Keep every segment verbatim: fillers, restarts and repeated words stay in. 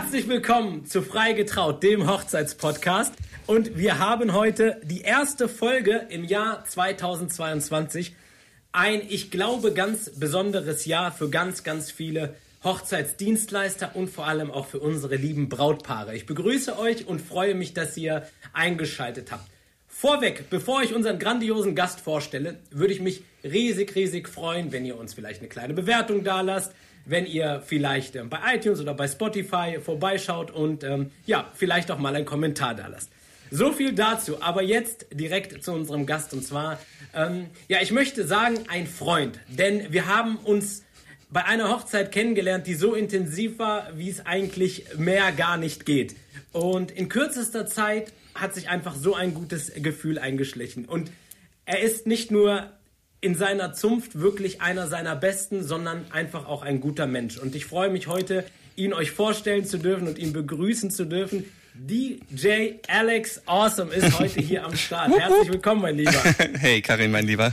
Herzlich willkommen zu Freigetraut, dem Hochzeitspodcast. Und wir haben heute die erste Folge im Jahr zweitausendzweiundzwanzig. Ein, ich glaube, ganz besonderes Jahr für ganz, ganz viele Hochzeitsdienstleister und vor allem auch für unsere lieben Brautpaare. Ich begrüße euch und freue mich, dass ihr eingeschaltet habt. Vorweg, bevor ich unseren grandiosen Gast vorstelle, würde ich mich riesig, riesig freuen, wenn ihr uns vielleicht eine kleine Bewertung dalasst, wenn ihr vielleicht ähm, bei iTunes oder bei Spotify vorbeischaut und ähm, ja, vielleicht auch mal einen Kommentar dalasst. So viel dazu, aber jetzt direkt zu unserem Gast und zwar, ähm, ja, ich möchte sagen, ein Freund, denn wir haben uns bei einer Hochzeit kennengelernt, die so intensiv war, wie es eigentlich mehr gar nicht geht. Und in kürzester Zeit hat sich einfach so ein gutes Gefühl eingeschlichen. Und er ist nicht nur in seiner Zunft wirklich einer seiner Besten, sondern einfach auch ein guter Mensch. Und ich freue mich heute, ihn euch vorstellen zu dürfen und ihn begrüßen zu dürfen. D J Alex Awesome ist heute hier am Start. Herzlich willkommen, mein Lieber. Hey, Karin, mein Lieber.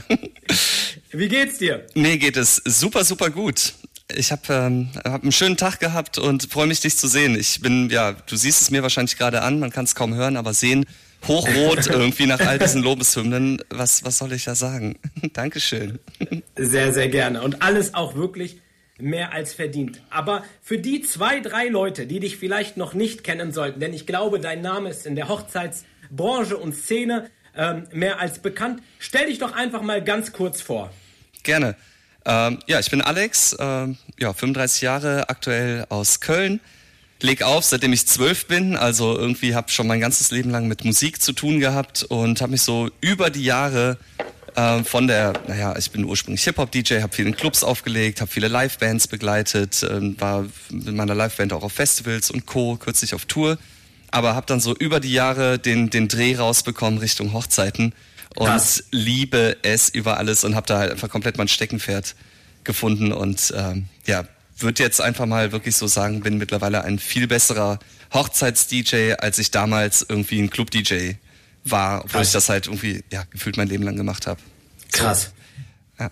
Wie geht's dir? Mir geht es super, super gut. Ich habe ähm, hab einen schönen Tag gehabt und freue mich, dich zu sehen. Ich bin, ja, du siehst es mir wahrscheinlich gerade an, man kann es kaum hören, aber sehen, hochrot irgendwie nach all diesen Lobeshymnen. Was, was soll ich da sagen? Dankeschön. Sehr, sehr gerne. Und alles auch wirklich mehr als verdient. Aber für die zwei, drei Leute, die dich vielleicht noch nicht kennen sollten, denn ich glaube, dein Name ist in der Hochzeitsbranche und Szene ähm, mehr als bekannt, stell dich doch einfach mal ganz kurz vor. Gerne. Ähm, ja, ich bin Alex, ähm, ja, fünfunddreißig Jahre, aktuell aus Köln. Leg auf, seitdem ich zwölf bin, also irgendwie habe schon mein ganzes Leben lang mit Musik zu tun gehabt und habe mich so über die Jahre äh, von der, naja, ich bin ursprünglich Hip-Hop-D J, habe viele Clubs aufgelegt, habe viele Live-Bands begleitet, äh, war mit meiner Live-Band auch auf Festivals und Co., kürzlich auf Tour, aber habe dann so über die Jahre den, den Dreh rausbekommen Richtung Hochzeiten und Was? liebe es über alles und habe da halt einfach komplett mein Steckenpferd gefunden und ähm, ja, würde jetzt einfach mal wirklich so sagen, bin mittlerweile ein viel besserer Hochzeits-D J, als ich damals irgendwie ein Club-D J war, obwohl Krass. ich das halt irgendwie ja, gefühlt mein Leben lang gemacht habe. Krass. Ja.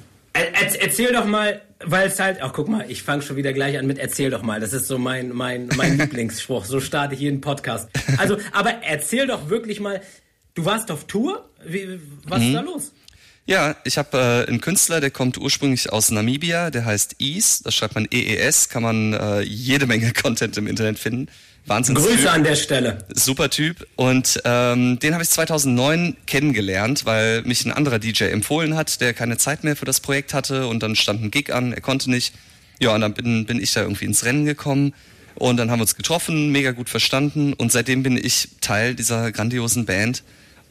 Er, erzähl doch mal, weil es halt, ach guck mal, ich fange schon wieder gleich an mit erzähl doch mal, das ist so mein, mein, mein Lieblingsspruch, so starte ich jeden Podcast. Also, aber erzähl doch wirklich mal, du warst auf Tour, Wie, was mhm. ist da los? Ja, ich habe äh, einen Künstler, der kommt ursprünglich aus Namibia, der heißt Ees, das schreibt man E E S, kann man äh, jede Menge Content im Internet finden. Wahnsinns Grüße Typ. an der Stelle. Super Typ und ähm, den habe ich zweitausendneun kennengelernt, weil mich ein anderer D J empfohlen hat, der keine Zeit mehr für das Projekt hatte und dann stand ein Gig an, er konnte nicht. Ja, und dann bin, bin ich da irgendwie ins Rennen gekommen und dann haben wir uns getroffen, mega gut verstanden und seitdem bin ich Teil dieser grandiosen Band.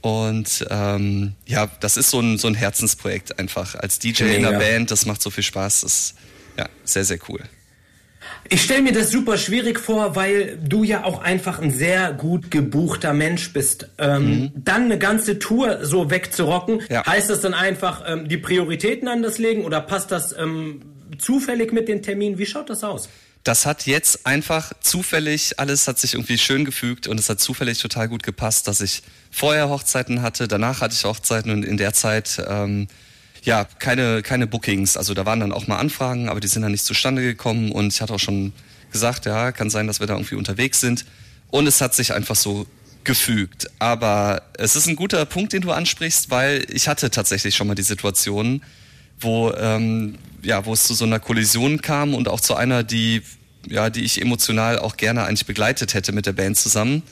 Und ähm, ja, das ist so ein so ein Herzensprojekt einfach als D J Mega. in einer Band, das macht so viel Spaß, das ist ja sehr, sehr cool. Ich stelle mir das super schwierig vor, weil du ja auch einfach ein sehr gut gebuchter Mensch bist. Ähm, mhm. Dann eine ganze Tour so wegzurocken, ja. heißt das dann einfach ähm, die Prioritäten anders legen oder passt das ähm, zufällig mit den Terminen? Wie schaut das aus? Das hat jetzt einfach zufällig, alles hat sich irgendwie schön gefügt und es hat zufällig total gut gepasst, dass ich vorher Hochzeiten hatte, danach hatte ich Hochzeiten und in der Zeit ähm, ja keine keine Bookings. Also da waren dann auch mal Anfragen, aber die sind dann nicht zustande gekommen und ich hatte auch schon gesagt, ja, kann sein, dass wir da irgendwie unterwegs sind und es hat sich einfach so gefügt. Aber es ist ein guter Punkt, den du ansprichst, weil ich hatte tatsächlich schon mal die Situation, wo ähm, ja, wo es zu so einer Kollision kam und auch zu einer, die ja, die ich emotional auch gerne eigentlich begleitet hätte mit der Band zusammen.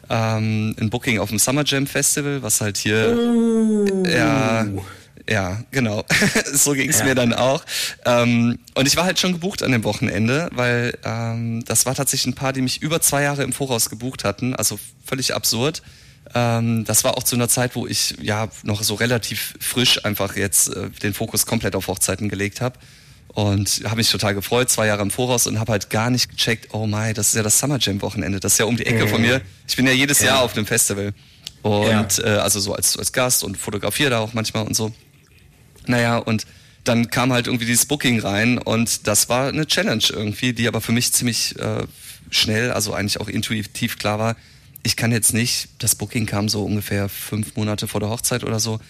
Ähm, ein Booking auf dem Summer Jam Festival, was halt hier oh. ja, ja, genau. so ging es ja. mir dann auch. Ähm, und ich war halt schon gebucht an dem Wochenende, weil ähm, das war tatsächlich ein Paar, die mich über zwei Jahre im Voraus gebucht hatten, also völlig absurd. Ähm, das war auch zu einer Zeit, wo ich ja noch so relativ frisch einfach jetzt äh, den Fokus komplett auf Hochzeiten gelegt habe und habe mich total gefreut, zwei Jahre im Voraus und habe halt gar nicht gecheckt, oh mein, das ist ja das Summer Jam Wochenende, das ist ja um die Ecke mhm. von mir. Ich bin ja jedes ja. Jahr auf dem Festival und ja. äh, also so als, als Gast und fotografiere da auch manchmal und so. Naja, und dann kam halt irgendwie dieses Booking rein und das war eine Challenge irgendwie, die aber für mich ziemlich äh, schnell, also eigentlich auch intuitiv klar war, ich kann jetzt nicht, das Booking kam so ungefähr fünf Monate vor der Hochzeit oder so,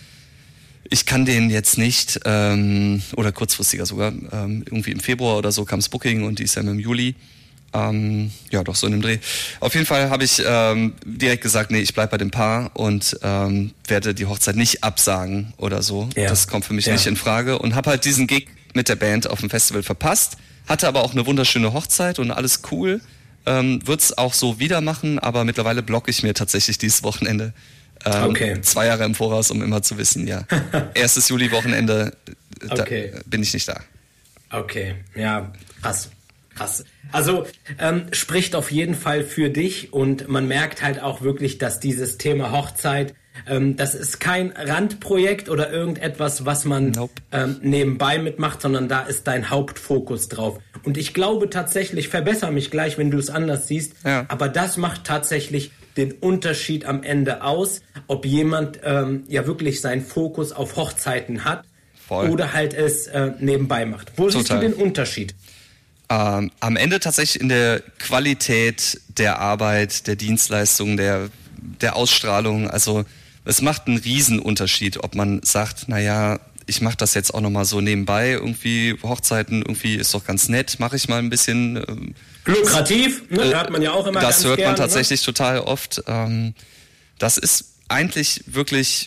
ich kann den jetzt nicht, ähm, oder kurzfristiger sogar, ähm, irgendwie im Februar oder so kam das Booking und die ist ja im Juli Ähm, ja, doch so in dem Dreh. Auf jeden Fall habe ich ähm, direkt gesagt, nee, ich bleib bei dem Paar und ähm, werde die Hochzeit nicht absagen oder so. Ja. Das kommt für mich ja. nicht in Frage. Und habe halt diesen Gig mit der Band auf dem Festival verpasst. Hatte aber auch eine wunderschöne Hochzeit und alles cool. Ähm, Wird's auch so wieder machen, aber mittlerweile blocke ich mir tatsächlich dieses Wochenende. Ähm, okay. Zwei Jahre im Voraus, um immer zu wissen, ja. Erstes Juli-Wochenende, da okay. bin ich nicht da. Okay, ja, krass. Krass. Also ähm, spricht auf jeden Fall für dich und man merkt halt auch wirklich, dass dieses Thema Hochzeit, ähm, das ist kein Randprojekt oder irgendetwas, was man nope. ähm, nebenbei mitmacht, sondern da ist dein Hauptfokus drauf. Und ich glaube tatsächlich, verbessere mich gleich, wenn du es anders siehst, ja. aber das macht tatsächlich den Unterschied am Ende aus, ob jemand ähm, ja wirklich seinen Fokus auf Hochzeiten hat Voll. Oder halt es äh, nebenbei macht. Wo Total. Siehst du den Unterschied? Ähm, am Ende tatsächlich in der Qualität der Arbeit, der Dienstleistung, der, der Ausstrahlung. Also es macht einen Riesenunterschied, ob man sagt, naja, ich mache das jetzt auch nochmal so nebenbei, irgendwie Hochzeiten, irgendwie ist doch ganz nett, mache ich mal ein bisschen. Ähm, Lukrativ, ne? Hört man ja auch immer Das ganz hört gern, man tatsächlich ne? total oft. Ähm, das ist eigentlich wirklich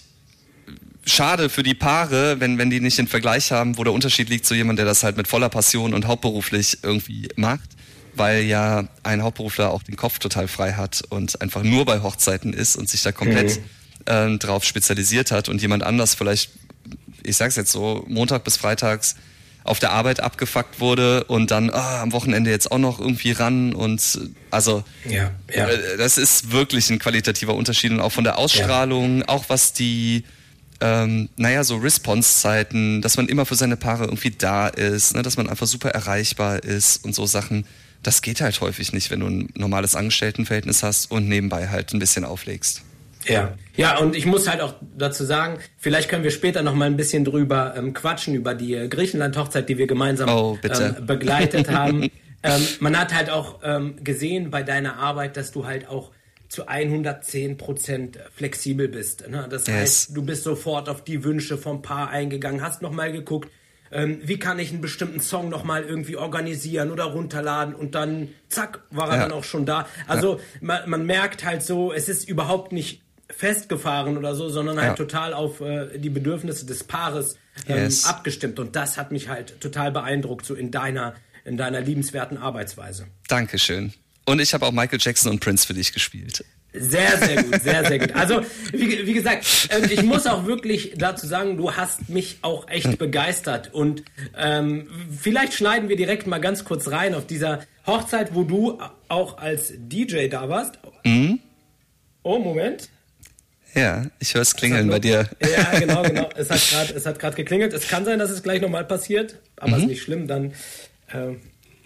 schade für die Paare, wenn, wenn die nicht den Vergleich haben, wo der Unterschied liegt zu jemandem, der das halt mit voller Passion und hauptberuflich irgendwie macht, weil ja ein Hauptberufler auch den Kopf total frei hat und einfach nur bei Hochzeiten ist und sich da komplett mhm. äh, drauf spezialisiert hat und jemand anders vielleicht, ich sag's jetzt so, Montag bis Freitags auf der Arbeit abgefuckt wurde und dann ah, am Wochenende jetzt auch noch irgendwie ran und also ja, ja. Äh, das ist wirklich ein qualitativer Unterschied und auch von der Ausstrahlung, ja. auch was die Ähm, naja, so Response-Zeiten, dass man immer für seine Paare irgendwie da ist, ne, dass man einfach super erreichbar ist und so Sachen. Das geht halt häufig nicht, wenn du ein normales Angestelltenverhältnis hast und nebenbei halt ein bisschen auflegst. Ja, ja, und ich muss halt auch dazu sagen, vielleicht können wir später noch mal ein bisschen drüber ähm, quatschen, über die äh, Griechenland-Hochzeit, die wir gemeinsam oh, ähm, begleitet haben. ähm, man hat halt auch ähm, gesehen bei deiner Arbeit, dass du halt auch zu hundertzehn Prozent flexibel bist. Ne? Das yes. heißt, du bist sofort auf die Wünsche vom Paar eingegangen, hast nochmal geguckt, ähm, wie kann ich einen bestimmten Song nochmal irgendwie organisieren oder runterladen und dann zack, war er ja. dann auch schon da. Also ja. man, man merkt halt so, es ist überhaupt nicht festgefahren oder so, sondern halt ja. total auf äh, die Bedürfnisse des Paares ähm, yes. abgestimmt und das hat mich halt total beeindruckt, so in deiner, in deiner liebenswerten Arbeitsweise. Dankeschön. Und ich habe auch Michael Jackson und Prince für dich gespielt. Sehr, sehr gut, sehr, sehr gut. Also, wie, wie gesagt, äh, ich muss auch wirklich dazu sagen, du hast mich auch echt begeistert. Und ähm, vielleicht schneiden wir direkt mal ganz kurz rein auf dieser Hochzeit, wo du auch als D J da warst. Mhm. Oh, Moment. Ja, ich höre es klingeln bei dir. Ja, genau, genau. Es hat gerade, es hat gerade geklingelt. Es kann sein, dass es gleich nochmal passiert, aber mhm. ist nicht schlimm. Dann äh,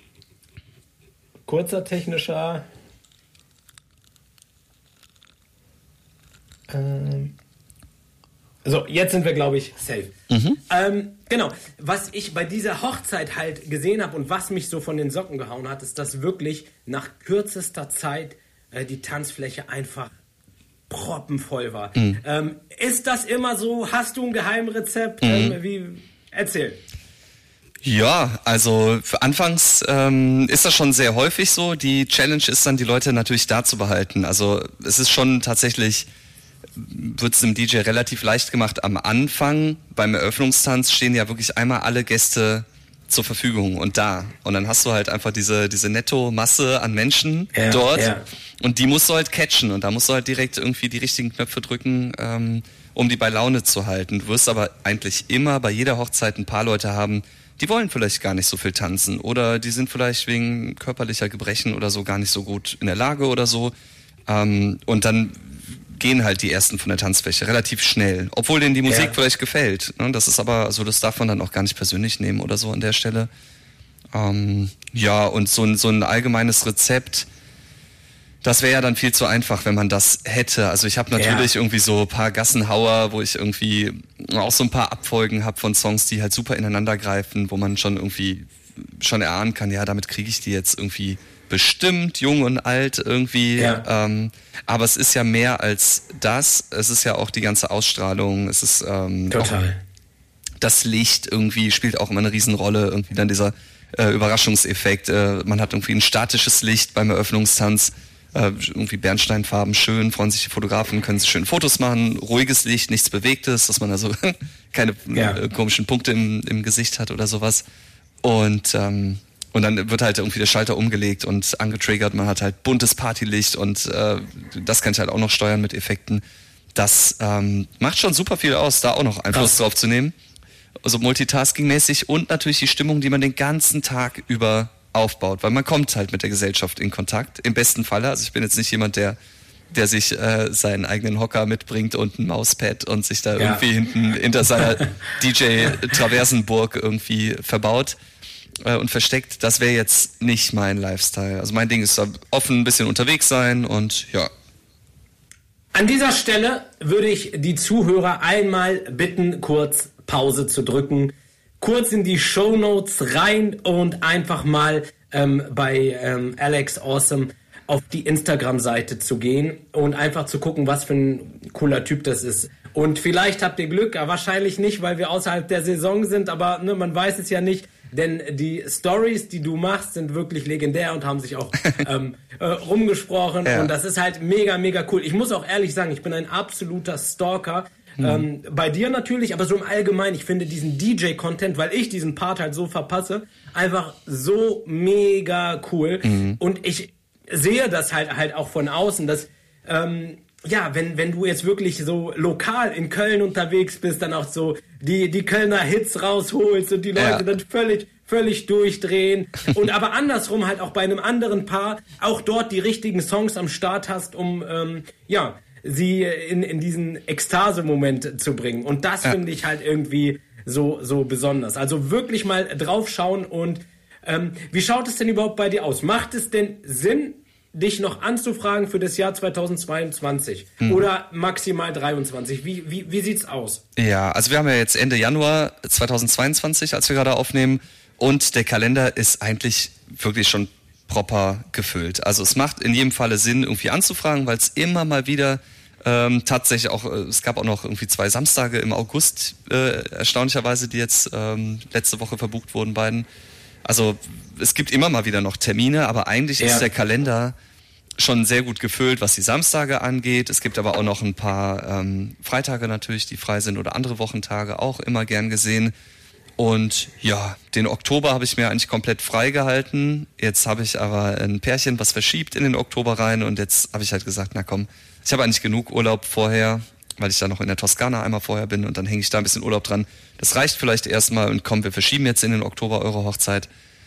kurzer technischer ähm, so, jetzt sind wir, glaube ich, safe. Mhm. Ähm, genau, was ich bei dieser Hochzeit halt gesehen habe und was mich so von den Socken gehauen hat, ist, dass wirklich nach kürzester Zeit äh, die Tanzfläche einfach proppenvoll war. Mhm. Ähm, ist das immer so? Hast du ein Geheimrezept? Mhm. Ähm, wie? Erzähl. Ja, also für anfangs ähm, ist das schon sehr häufig so. Die Challenge ist dann, die Leute natürlich da zu behalten. Also es ist schon tatsächlich, wird es dem D J relativ leicht gemacht am Anfang. Beim Eröffnungstanz stehen ja wirklich einmal alle Gäste zur Verfügung und da. Und dann hast du halt einfach diese, diese Netto-Masse an Menschen ja, dort. Ja. Und die musst du halt catchen. Und da musst du halt direkt irgendwie die richtigen Knöpfe drücken, ähm, um die bei Laune zu halten. Du wirst aber eigentlich immer bei jeder Hochzeit ein paar Leute haben, die wollen vielleicht gar nicht so viel tanzen oder die sind vielleicht wegen körperlicher Gebrechen oder so gar nicht so gut in der Lage oder so. Ähm, und dann gehen halt die ersten von der Tanzfläche relativ schnell, obwohl denen die Musik ja. vielleicht gefällt. Ne? Das ist aber, also das darf man dann auch gar nicht persönlich nehmen oder so an der Stelle. Ähm, ja, und so ein, so ein allgemeines Rezept, das wäre ja dann viel zu einfach, wenn man das hätte. Also ich habe natürlich ja. irgendwie so ein paar Gassenhauer, wo ich irgendwie auch so ein paar Abfolgen habe von Songs, die halt super ineinander greifen, wo man schon irgendwie schon erahnen kann, ja, damit kriege ich die jetzt irgendwie bestimmt, jung und alt irgendwie. Ja. Ähm, aber es ist ja mehr als das. Es ist ja auch die ganze Ausstrahlung. Es ist ähm, total. Das Licht irgendwie spielt auch immer eine Riesenrolle. Irgendwie dann dieser äh, Überraschungseffekt. Äh, man hat irgendwie ein statisches Licht beim Eröffnungstanz, äh, irgendwie Bernsteinfarben, schön, freuen sich die Fotografen, können schön Fotos machen, ruhiges Licht, nichts Bewegtes, dass man also keine ja. äh, komischen Punkte im, im Gesicht hat oder sowas. Und ähm, und dann wird halt irgendwie der Schalter umgelegt und angetriggert. Man hat halt buntes Partylicht und äh, das kann ich halt auch noch steuern mit Effekten. Das ähm, macht schon super viel aus, da auch noch Einfluss drauf zu nehmen. Also multitasking-mäßig und natürlich die Stimmung, die man den ganzen Tag über aufbaut. Weil man kommt halt mit der Gesellschaft in Kontakt, im besten Falle. Also ich bin jetzt nicht jemand, der der sich äh, seinen eigenen Hocker mitbringt und ein Mauspad und sich da ja. irgendwie hinten hinter seiner D J-Traversenburg irgendwie verbaut und versteckt, das wäre jetzt nicht mein Lifestyle. Also mein Ding ist da offen, ein bisschen unterwegs sein und ja. An dieser Stelle würde ich die Zuhörer einmal bitten, kurz Pause zu drücken, kurz in die Shownotes rein und einfach mal ähm, bei ähm, Alex Awesome auf die Instagram-Seite zu gehen und einfach zu gucken, was für ein cooler Typ das ist. Und vielleicht habt ihr Glück, aber wahrscheinlich nicht, weil wir außerhalb der Saison sind, aber ne, man weiß es ja nicht. Denn die Stories, die du machst, sind wirklich legendär und haben sich auch ähm, äh, rumgesprochen. Ja. Und das ist halt mega, mega cool. Ich muss auch ehrlich sagen, ich bin ein absoluter Stalker. Mhm. Ähm, bei dir natürlich, aber so im Allgemeinen, ich finde diesen D J-Content, weil ich diesen Part halt so verpasse, einfach so mega cool. Mhm. Und ich sehe das halt halt auch von außen, dass ähm, ja, wenn wenn du jetzt wirklich so lokal in Köln unterwegs bist, dann auch so die die Kölner Hits rausholst und die Leute ja. dann völlig völlig durchdrehen und aber andersrum halt auch bei einem anderen Paar auch dort die richtigen Songs am Start hast, um ähm, ja sie in in diesen Ekstase-Moment zu bringen. Und das ja. finde ich halt irgendwie so so besonders. Also wirklich mal draufschauen. Und ähm, wie schaut es denn überhaupt bei dir aus? Macht es denn Sinn, dich noch anzufragen für das Jahr zweitausendzweiundzwanzig hm. oder maximal dreiundzwanzig? Wie, wie, wie sieht's aus? Ja, also wir haben ja jetzt Ende Januar zweitausendzweiundzwanzig, als wir gerade aufnehmen, und der Kalender ist eigentlich wirklich schon proper gefüllt. Also es macht in jedem Falle Sinn, irgendwie anzufragen, weil es immer mal wieder ähm, tatsächlich auch, äh, es gab auch noch irgendwie zwei Samstage im August, äh, erstaunlicherweise, die jetzt ähm, letzte Woche verbucht wurden, beiden. Also es gibt immer mal wieder noch Termine, aber eigentlich ja. ist der Kalender schon sehr gut gefüllt, was die Samstage angeht. Es gibt aber auch noch ein paar ähm, Freitage natürlich, die frei sind, oder andere Wochentage, auch immer gern gesehen. Und ja, den Oktober habe ich mir eigentlich komplett frei gehalten. Jetzt habe ich aber ein Pärchen, was verschiebt in den Oktober rein, und jetzt habe ich halt gesagt, na komm, ich habe eigentlich genug Urlaub vorher, weil ich da noch in der Toskana einmal vorher bin, und dann hänge ich da ein bisschen Urlaub dran. Das reicht vielleicht erstmal, und komm, wir verschieben jetzt in den Oktober eure Hochzeit.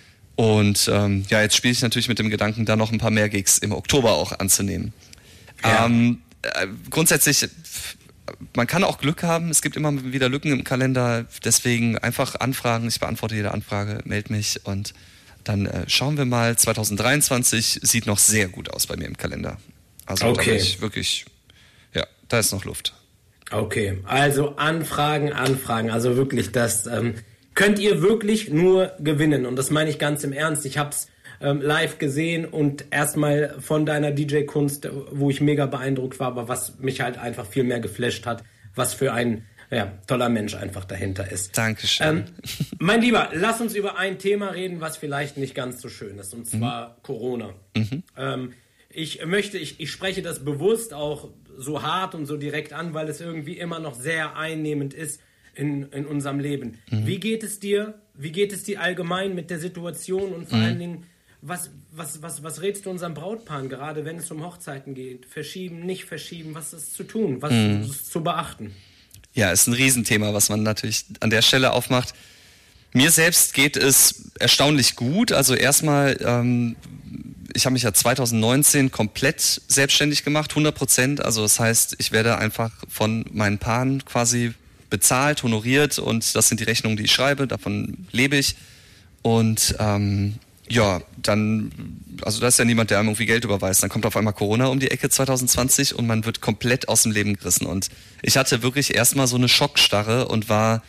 Und ähm, ja, jetzt spiele ich natürlich mit dem Gedanken, da noch ein paar mehr Gigs im Oktober auch anzunehmen. Ja. Ähm, äh, grundsätzlich, man kann auch Glück haben, es gibt immer wieder Lücken im Kalender, deswegen einfach anfragen, ich beantworte jede Anfrage, melde mich, und dann äh, schauen wir mal. zweitausenddreiundzwanzig sieht noch sehr gut aus bei mir im Kalender. Also okay. Da bin ich wirklich, ja, da ist noch Luft. Okay, also Anfragen, Anfragen, also wirklich, das ähm, könnt ihr wirklich nur gewinnen, und das meine ich ganz im Ernst. Ich hab's ähm, live gesehen und erstmal von deiner D J-Kunst, wo ich mega beeindruckt war, aber was mich halt einfach viel mehr geflasht hat, was für ein ja, toller Mensch einfach dahinter ist. Dankeschön. Ähm, mein Lieber, lass uns über ein Thema reden, was vielleicht nicht ganz so schön ist, und zwar mhm. Corona. Mhm. Ähm, ich möchte, ich, ich spreche das bewusst auch so hart und so direkt an, weil es irgendwie immer noch sehr einnehmend ist in, in unserem Leben. Mhm. Wie geht es dir? Wie geht es dir allgemein mit der Situation, und vor mhm. allen Dingen, was, was, was, was rätst du unseren Brautpaaren, gerade wenn es um Hochzeiten geht? Verschieben, nicht verschieben, was ist zu tun, was mhm. ist zu beachten? Ja, ist ein Riesenthema, was man natürlich an der Stelle aufmacht. Mir selbst geht es erstaunlich gut. Also erstmal, ähm, ich habe mich ja zweitausendneunzehn komplett selbstständig gemacht, hundert Prozent. Also das heißt, ich werde einfach von meinen Paaren quasi bezahlt, honoriert, und das sind die Rechnungen, die ich schreibe, davon lebe ich. Und ähm, ja, dann, also da ist ja niemand, der einem irgendwie Geld überweist. Dann kommt auf einmal Corona um die Ecke zwanzig zwanzig und man wird komplett aus dem Leben gerissen. Und ich hatte wirklich erstmal so eine Schockstarre und war,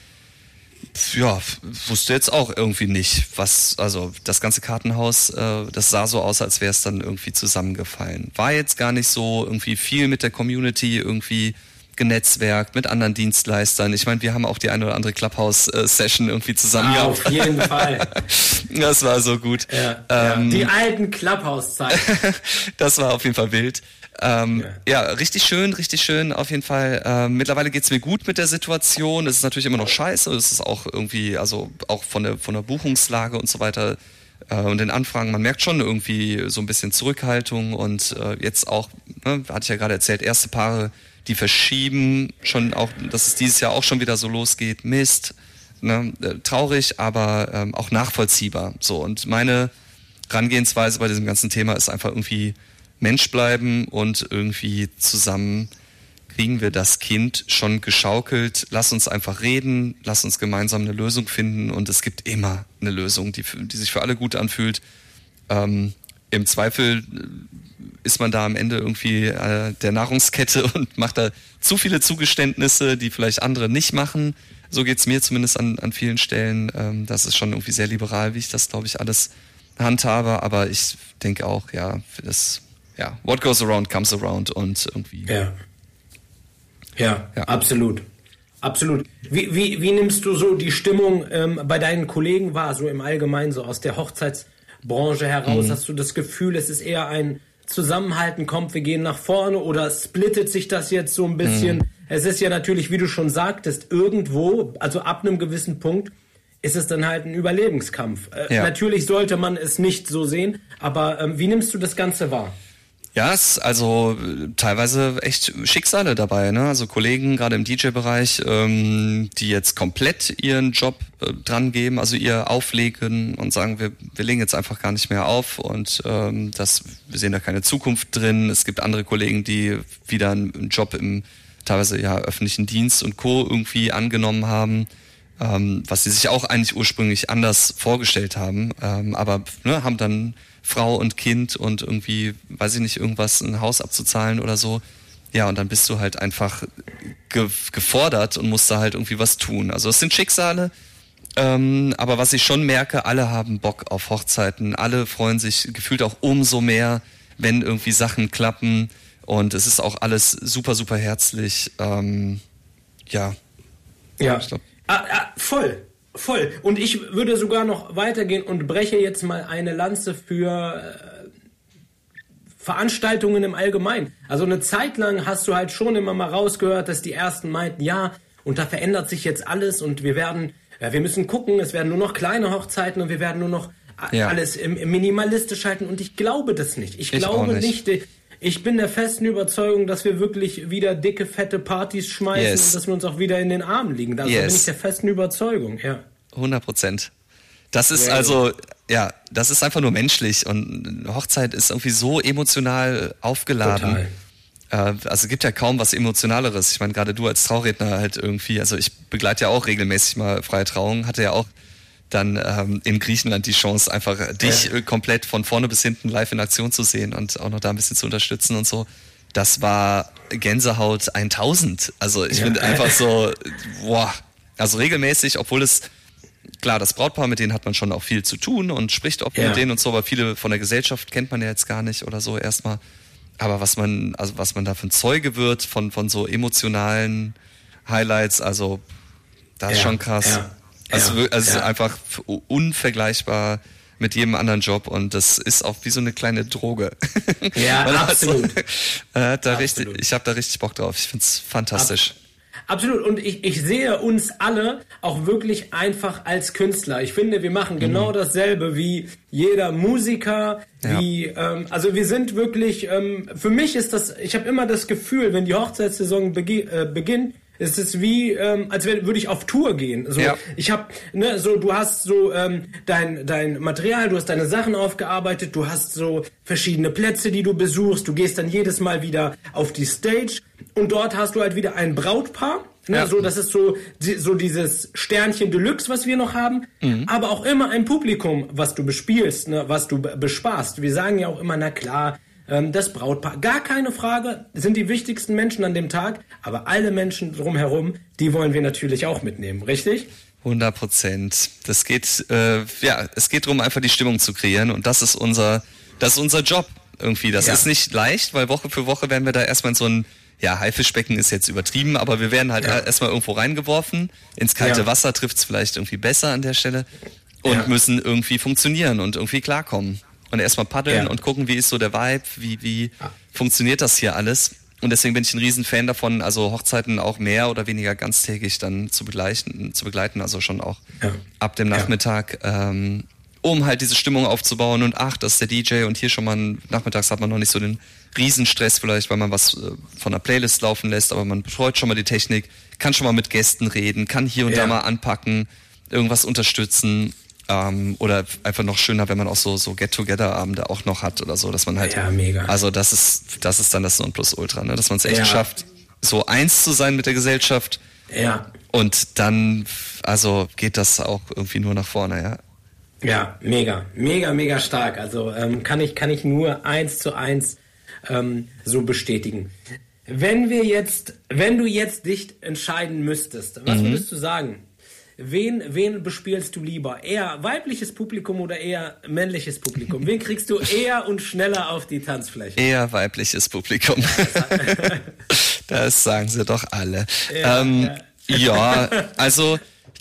ja, wusste jetzt auch irgendwie nicht, was, also das ganze Kartenhaus, äh, das sah so aus, als wäre es dann irgendwie zusammengefallen. War jetzt gar nicht so irgendwie viel mit der Community irgendwie genetzwerkt mit anderen Dienstleistern. Ich meine, wir haben auch die eine oder andere Clubhouse-Session irgendwie zusammen ah, gehabt. Auf jeden Fall. Das war so gut. Ja, ähm, ja. Die alten Clubhouse-Zeiten. Das war auf jeden Fall wild. Ähm, ja. ja, richtig schön, richtig schön auf jeden Fall. Ähm, mittlerweile geht's mir gut mit der Situation. Es ist natürlich immer noch scheiße. Es ist auch irgendwie, also auch von der von der Buchungslage und so weiter äh, und den Anfragen. Man merkt schon irgendwie so ein bisschen Zurückhaltung und äh, jetzt auch, ne, hatte ich ja gerade erzählt, erste Paare, die verschieben schon auch, dass es dieses Jahr auch schon wieder so losgeht. Mist, ne, äh, traurig, aber ähm, auch nachvollziehbar. So, und meine Herangehensweise bei diesem ganzen Thema ist einfach irgendwie Mensch bleiben und irgendwie zusammen kriegen wir das Kind schon geschaukelt. Lass uns einfach reden, lass uns gemeinsam eine Lösung finden und es gibt immer eine Lösung, die, die sich für alle gut anfühlt. Ähm, im Zweifel ist man da am Ende irgendwie äh, der Nahrungskette und macht da zu viele Zugeständnisse, die vielleicht andere nicht machen. So geht's mir zumindest an, an vielen Stellen. Ähm, das ist schon irgendwie sehr liberal, wie ich das, glaube ich, alles handhabe. Aber ich denke auch, ja, für das, ja, what goes around comes around und irgendwie. Ja, ja, ja. absolut. Absolut. Wie, wie, wie nimmst du so die Stimmung ähm, bei deinen Kollegen wahr, so im Allgemeinen, so aus der Hochzeitsbranche heraus? Mhm. Hast du das Gefühl, es ist eher ein Zusammenhalten, kommt, wir gehen nach vorne, oder splittet sich das jetzt so ein bisschen? Mhm. Es ist ja natürlich, wie du schon sagtest, irgendwo, also ab einem gewissen Punkt, ist es dann halt ein Überlebenskampf. Äh, ja. Natürlich sollte man es nicht so sehen, aber ähm, wie nimmst du das Ganze wahr? Ja, es ist also teilweise echt Schicksale dabei, ne? Also Kollegen, gerade im D J-Bereich, ähm, die jetzt komplett ihren Job äh, dran geben, also ihr auflegen und sagen, wir, wir legen jetzt einfach gar nicht mehr auf und ähm, das, wir sehen da keine Zukunft drin. Es gibt andere Kollegen, die wieder einen Job im teilweise ja öffentlichen Dienst und Co. irgendwie angenommen haben, ähm, was sie sich auch eigentlich ursprünglich anders vorgestellt haben, ähm, aber ne, haben dann Frau und Kind und irgendwie, weiß ich nicht, irgendwas, ein Haus abzuzahlen oder so. Ja, und dann bist du halt einfach ge- gefordert und musst da halt irgendwie was tun. Also es sind Schicksale, ähm, aber was ich schon merke, alle haben Bock auf Hochzeiten, alle freuen sich gefühlt auch umso mehr, wenn irgendwie Sachen klappen und es ist auch alles super, super herzlich. Ähm, ja. Ja, ich glaub. ah, ah, voll. Voll. Und ich würde sogar noch weitergehen und breche jetzt mal eine Lanze für äh, Veranstaltungen im Allgemeinen. Also eine Zeit lang hast du halt schon immer mal rausgehört, dass die Ersten meinten, ja, und da verändert sich jetzt alles und wir werden, ja, wir müssen gucken, es werden nur noch kleine Hochzeiten und wir werden nur noch ja. alles im, im minimalistisch halten. Und ich glaube das nicht. Ich, ich glaube nicht. nicht. Ich bin der festen Überzeugung, dass wir wirklich wieder dicke, fette Partys schmeißen yes. und dass wir uns auch wieder in den Armen liegen. Da yes. bin ich der festen Überzeugung, ja. hundert Prozent. Das ist yeah. also, ja, das ist einfach nur menschlich und Hochzeit ist irgendwie so emotional aufgeladen. Total. Äh, also es gibt ja kaum was Emotionaleres. Ich meine, gerade du als Trauredner halt irgendwie, also ich begleite ja auch regelmäßig mal freie Trauungen, hatte ja auch dann ähm, in Griechenland die Chance, einfach dich ja. komplett von vorne bis hinten live in Aktion zu sehen und auch noch da ein bisschen zu unterstützen und so. Das war Gänsehaut tausend. Also ich ja. finde einfach so, boah, also regelmäßig, obwohl es, klar, das Brautpaar, mit denen hat man schon auch viel zu tun und spricht auch ja. mit denen und so, aber viele von der Gesellschaft kennt man ja jetzt gar nicht oder so erstmal. Aber was man, also was man da für ein Zeuge wird von, von so emotionalen Highlights, also das ist ja. schon krass. Ja. Also, ja, also es ja. ist einfach unvergleichbar mit jedem anderen Job und das ist auch wie so eine kleine Droge. Ja, absolut. Also, äh, da richtig, ich habe da richtig Bock drauf. Ich find's fantastisch. Ab, absolut. Und ich, ich sehe uns alle auch wirklich einfach als Künstler. Ich finde, wir machen genau mhm. dasselbe wie jeder Musiker. Ja. Wie ähm, also wir sind wirklich. Ähm, für mich ist das. Ich habe immer das Gefühl, wenn die Hochzeitssaison begi- äh, beginnt. Es ist wie, ähm, als würde ich auf Tour gehen. So, ja. ich habe, ne, so, du hast so ähm, dein dein Material, du hast deine Sachen aufgearbeitet, du hast so verschiedene Plätze, die du besuchst. Du gehst dann jedes Mal wieder auf die Stage und dort hast du halt wieder ein Brautpaar. Ne, ja. So, das ist so so dieses Sternchen Deluxe, was wir noch haben, mhm. aber auch immer ein Publikum, was du bespielst, ne, was du b- besparst. Wir sagen ja auch immer, na klar. Das Brautpaar, gar keine Frage, sind die wichtigsten Menschen an dem Tag, aber alle Menschen drumherum, die wollen wir natürlich auch mitnehmen, richtig? hundert Prozent. Das geht, äh, ja, es geht darum, einfach die Stimmung zu kreieren und das ist unser, das ist unser Job irgendwie. Das ja. ist nicht leicht, weil Woche für Woche werden wir da erstmal in so ein ja, Haifischbecken ist jetzt übertrieben, aber wir werden halt ja. erstmal irgendwo reingeworfen. Ins kalte ja. Wasser trifft's vielleicht irgendwie besser an der Stelle und ja. müssen irgendwie funktionieren und irgendwie klarkommen. Und erstmal paddeln ja. und gucken, wie ist so der Vibe, wie, wie ja. funktioniert das hier alles. Und deswegen bin ich ein riesen Fan davon, also Hochzeiten auch mehr oder weniger ganztägig dann zu begleiten, zu begleiten, also schon auch ja. ab dem Nachmittag, ja. ähm, um halt diese Stimmung aufzubauen und ach, das ist der D J und hier schon mal nachmittags hat man noch nicht so den Riesenstress vielleicht, weil man was äh, von der Playlist laufen lässt, aber man betreut schon mal die Technik, kann schon mal mit Gästen reden, kann hier und ja. da mal anpacken, irgendwas unterstützen. Ähm, oder einfach noch schöner, wenn man auch so, so Get-Together-Abende auch noch hat oder so, dass man halt, ja, mega. Also das ist, das ist dann das Nonplusultra, ne? Dass man es echt ja. schafft, so eins zu sein mit der Gesellschaft. Ja. Und dann, also geht das auch irgendwie nur nach vorne, ja. Ja, mega, mega, mega stark. Also ähm, kann ich, kann ich nur eins zu eins ähm, so bestätigen. Wenn wir jetzt, wenn du jetzt dich entscheiden müsstest, was mhm. würdest du sagen? Wen, wen bespielst du lieber? Eher weibliches Publikum oder eher männliches Publikum? Wen kriegst du eher und schneller auf die Tanzfläche? Eher weibliches Publikum. Das sagen sie doch alle. Ja, ähm, ja. ja also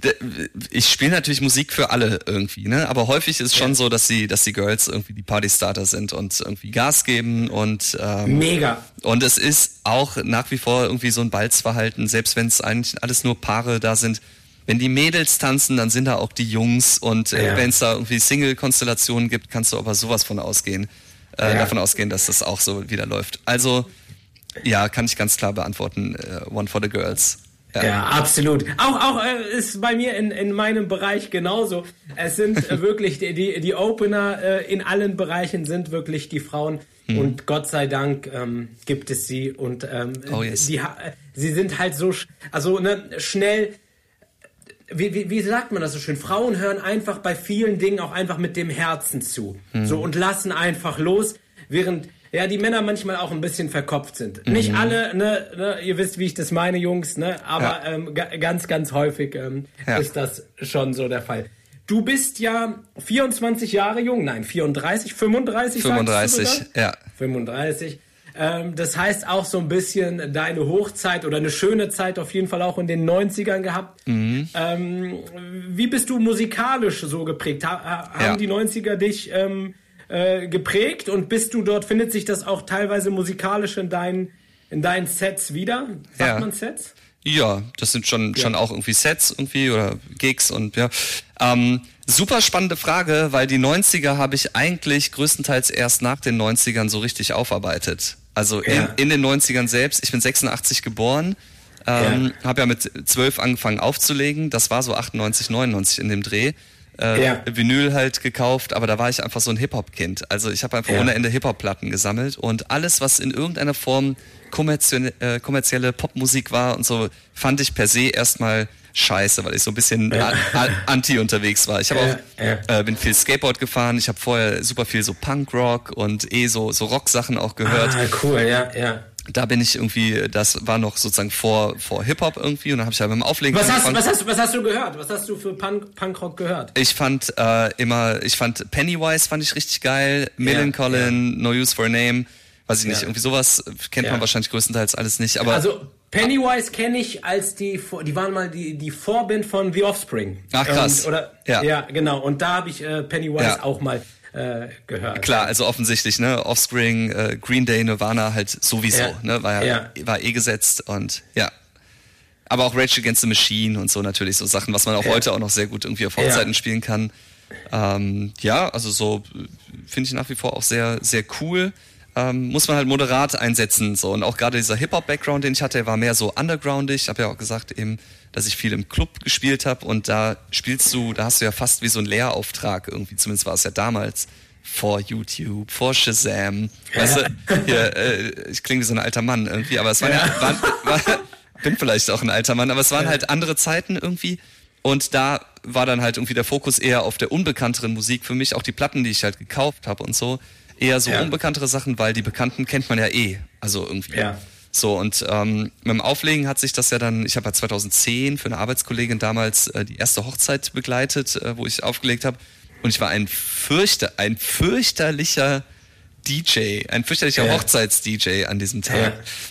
ich spiele natürlich Musik für alle irgendwie, ne? Aber häufig ist es schon ja. so, dass die, dass die Girls irgendwie die Partystarter sind und irgendwie Gas geben und ähm, mega. Und es ist auch nach wie vor irgendwie so ein Balzverhalten, selbst wenn es eigentlich alles nur Paare da sind. Wenn die Mädels tanzen, dann sind da auch die Jungs und äh, ja. wenn es da irgendwie Single-Konstellationen gibt, kannst du aber sowas von ausgehen, äh, ja. davon ausgehen, dass das auch so wieder läuft. Also ja, kann ich ganz klar beantworten, äh, One for the Girls. Ja, ja absolut. Auch auch äh, ist bei mir in in meinem Bereich genauso. Es sind äh, wirklich die die, die Opener äh, in allen Bereichen sind wirklich die Frauen. Hm. Und Gott sei Dank ähm, gibt es sie und ähm, oh, yes. die, sie sind halt so sch- also ne, schnell. Wie, wie, wie sagt man das so schön? Frauen hören einfach bei vielen Dingen auch einfach mit dem Herzen zu. Mhm. So und lassen einfach los, während ja die Männer manchmal auch ein bisschen verkopft sind. Mhm. Nicht alle, ne, ne, ihr wisst, wie ich das meine, Jungs, ne, aber ja. ähm, g- ganz, ganz häufig ähm, ja. ist das schon so der Fall. Du bist ja vierundzwanzig Jahre jung, nein, vierunddreißig, fünfunddreißig, fünfunddreißig, sagst du ja. fünfunddreißig. Ähm, das heißt auch so ein bisschen deine Hochzeit oder eine schöne Zeit auf jeden Fall auch in den neunzigern gehabt. Mhm. Ähm, wie bist du musikalisch so geprägt? Ha- ha- haben ja. die neunziger dich ähm, äh, geprägt und bist du dort, findet sich das auch teilweise musikalisch in deinen, in deinen Sets wieder? Sagt ja. man Sets? Ja, das sind schon, ja. schon auch irgendwie Sets irgendwie oder Gigs und ja. Ähm, super spannende Frage, weil die neunziger habe ich eigentlich größtenteils erst nach den neunzigern so richtig aufarbeitet. Also ja. in, in den neunzigern selbst. Ich bin sechsundachtzig geboren, ähm, ja. habe ja mit zwölf angefangen aufzulegen. Das war so achtundneunzig, neunundneunzig in dem Dreh. Äh, ja. Vinyl halt gekauft, aber da war ich einfach so ein Hip-Hop-Kind. Also ich habe einfach ja. ohne Ende Hip-Hop-Platten gesammelt und alles, was in irgendeiner Form kommerzielle, äh, kommerzielle Popmusik war und so, fand ich per se erstmal scheiße, weil ich so ein bisschen ja. a- a- anti unterwegs war. Ich habe ja, auch ja. Äh, bin viel Skateboard gefahren. Ich habe vorher super viel so Punkrock und eh so so Rock-Sachen auch gehört. Ah, cool, ja, ja. Da bin ich irgendwie, das war noch sozusagen vor vor Hip-Hop irgendwie und dann habe ich halt beim Auflegen was hast, was hast was hast du gehört? Was hast du für Punk, Punkrock gehört? Ich fand äh, immer, ich fand Pennywise fand ich richtig geil, Millencolin, ja, ja. No Use for a Name, weiß ich nicht, ja. irgendwie sowas kennt ja. man wahrscheinlich größtenteils alles nicht, aber also Pennywise kenne ich als die, die waren mal die die Vorband von The Offspring. Ach krass. Und, oder ja. ja, genau. Und da habe ich äh, Pennywise ja. auch mal äh, gehört. Klar, also offensichtlich, ne, Offspring, äh, Green Day, Nirvana halt sowieso, ja. ne, war ja, ja war eh gesetzt und ja. Aber auch Rage Against the Machine und so natürlich so Sachen, was man auch ja. heute auch noch sehr gut irgendwie auf Hochzeiten ja. spielen kann. Ähm, ja, also so finde ich nach wie vor auch sehr sehr cool. Ähm, muss man halt moderat einsetzen so und auch gerade dieser Hip-Hop-Background, den ich hatte, war mehr so undergroundig. Ich habe ja auch gesagt eben, dass ich viel im Club gespielt habe und da spielst du, da hast du ja fast wie so einen Lehrauftrag irgendwie, zumindest war es ja damals, vor YouTube, vor Shazam, ja. weißt du, hier, äh, ich klinge wie so ein alter Mann irgendwie, aber es waren ja, ja waren, war, bin vielleicht auch ein alter Mann, aber es waren ja. halt andere Zeiten irgendwie und da war dann halt irgendwie der Fokus eher auf der unbekannteren Musik für mich, auch die Platten, die ich halt gekauft habe und so, eher so ja. unbekanntere Sachen, weil die Bekannten kennt man ja eh, also irgendwie. Ja. So, und ähm, mit dem Auflegen hat sich das ja dann, ich habe ja zweitausendzehn für eine Arbeitskollegin damals äh, die erste Hochzeit begleitet, äh, wo ich aufgelegt habe. Und ich war ein fürchter, ein fürchterlicher D J, ein fürchterlicher ja. Hochzeits-D J an diesem Tag.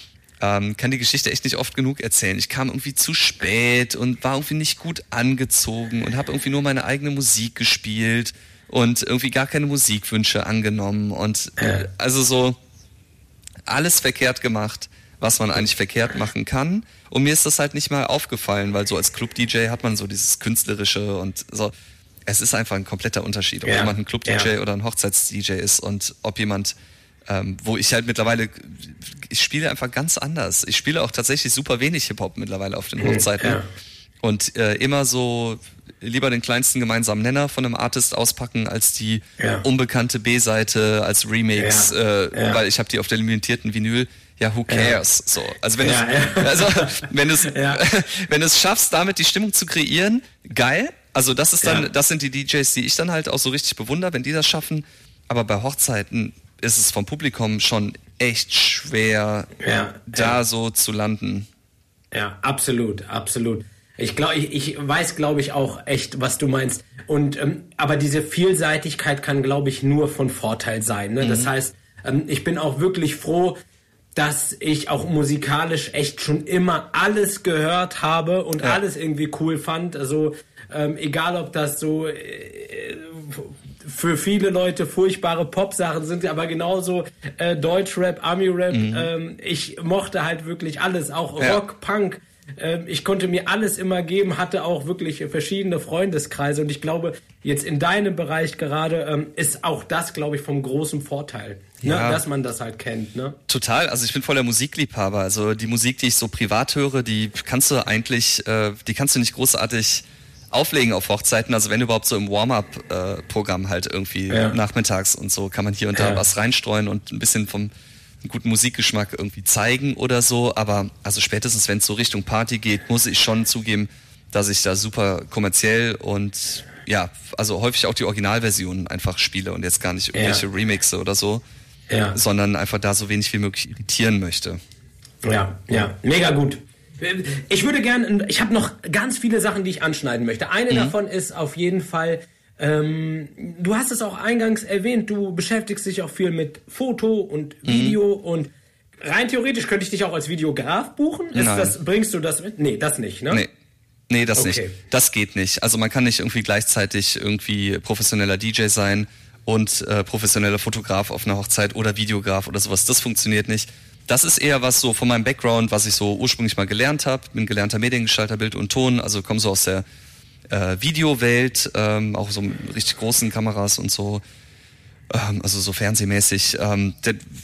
ähm, kann die Geschichte echt nicht oft genug erzählen. Ich kam irgendwie zu spät und war irgendwie nicht gut angezogen und habe irgendwie nur meine eigene Musik gespielt und irgendwie gar keine Musikwünsche angenommen und äh, also so alles verkehrt gemacht, was man eigentlich verkehrt machen kann. Und mir ist das halt nicht mal aufgefallen, weil so als Club-D J hat man so dieses Künstlerische und so. Es ist einfach ein kompletter Unterschied, ob ja. jemand ein Club-D J ja. oder ein Hochzeits-D J ist und ob jemand, ähm, wo ich halt mittlerweile, ich spiele einfach ganz anders. Ich spiele auch tatsächlich super wenig Hip-Hop mittlerweile auf den Hochzeiten. Ja. Und äh, immer so lieber den kleinsten gemeinsamen Nenner von einem Artist auspacken als die ja. unbekannte B-Seite als Remix, ja. Äh, ja. weil ich habe die auf der limitierten Vinyl. Ja, who cares? Ja. So, also wenn ja, du ja. also wenn du es ja. wenn du es schaffst, damit die Stimmung zu kreieren, geil. Also das ist dann, ja. das sind die D Js, die ich dann halt auch so richtig bewundere, wenn die das schaffen. Aber bei Hochzeiten ist es vom Publikum schon echt schwer, ja. da ja. so zu landen. Ja, absolut, absolut. Ich glaube, ich, ich weiß, glaube ich, auch echt, was du meinst. Und ähm, aber diese Vielseitigkeit kann, glaube ich, nur von Vorteil sein. Ne? Mhm. Das heißt, ähm, ich bin auch wirklich froh, dass ich auch musikalisch echt schon immer alles gehört habe und ja. alles irgendwie cool fand. Also ähm, egal, ob das so äh, für viele Leute furchtbare Pop-Sachen sind, aber genauso äh, Deutschrap, Ami-Rap. Mhm. Ähm, ich mochte halt wirklich alles, auch ja. Rock, Punk. Ähm, ich konnte mir alles immer geben, hatte auch wirklich verschiedene Freundeskreise und ich glaube, jetzt in deinem Bereich gerade ähm, ist auch das, glaube ich, vom großen Vorteil, ne? Ja. Dass man das halt kennt. Ne? Total, also ich bin voller Musikliebhaber, also die Musik, die ich so privat höre, die kannst du eigentlich, äh, die kannst du nicht großartig auflegen auf Hochzeiten, also wenn überhaupt so im Warm-up-Programm äh, halt irgendwie ja. nachmittags und so kann man hier und da ja. was reinstreuen und ein bisschen vom guten Musikgeschmack irgendwie zeigen oder so, aber also spätestens wenn es so Richtung Party geht, muss ich schon zugeben, dass ich da super kommerziell und ja, also häufig auch die Originalversionen einfach spiele und jetzt gar nicht irgendwelche ja. Remixe oder so, ja. sondern einfach da so wenig wie möglich irritieren möchte. Ja, ja, mega gut. Ich würde gerne, ich habe noch ganz viele Sachen, die ich anschneiden möchte. Eine mhm. davon ist auf jeden Fall, ähm, du hast es auch eingangs erwähnt, du beschäftigst dich auch viel mit Foto und Video mhm. und rein theoretisch könnte ich dich auch als Videograf buchen. Ist das, bringst du das mit? Nee, das nicht, ne? Nee. Nee, das okay. nicht. Das geht nicht. Also man kann nicht irgendwie gleichzeitig irgendwie professioneller D J sein und äh, professioneller Fotograf auf einer Hochzeit oder Videograf oder sowas. Das funktioniert nicht. Das ist eher was so von meinem Background, was ich so ursprünglich mal gelernt habe. Bin gelernter Mediengestalter, Bild und Ton, also komme so aus der äh, Videowelt, ähm, auch so mit richtig großen Kameras und so, ähm, also so fernsehmäßig. Ähm,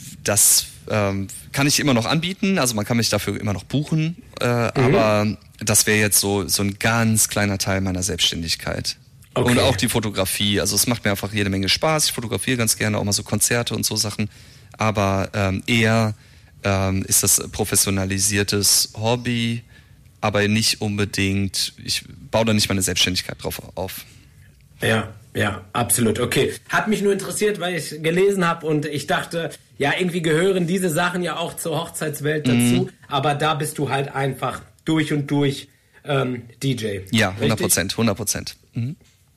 das ähm, kann ich immer noch anbieten, also man kann mich dafür immer noch buchen, äh, mhm. aber das wäre jetzt so so ein ganz kleiner Teil meiner Selbstständigkeit. Okay. Und auch die Fotografie, also es macht mir einfach jede Menge Spaß. Ich fotografiere ganz gerne, auch mal so Konzerte und so Sachen, aber ähm, eher ähm, ist das professionalisiertes Hobby, aber nicht unbedingt, ich baue da nicht meine Selbstständigkeit drauf auf. Ja, ja, absolut. Okay. Hat mich nur interessiert, weil ich gelesen habe und ich dachte, ja, irgendwie gehören diese Sachen ja auch zur Hochzeitswelt dazu, mhm. aber da bist du halt einfach durch und durch ähm, D J. Ja, hundert Prozent, hundert Prozent. Mhm.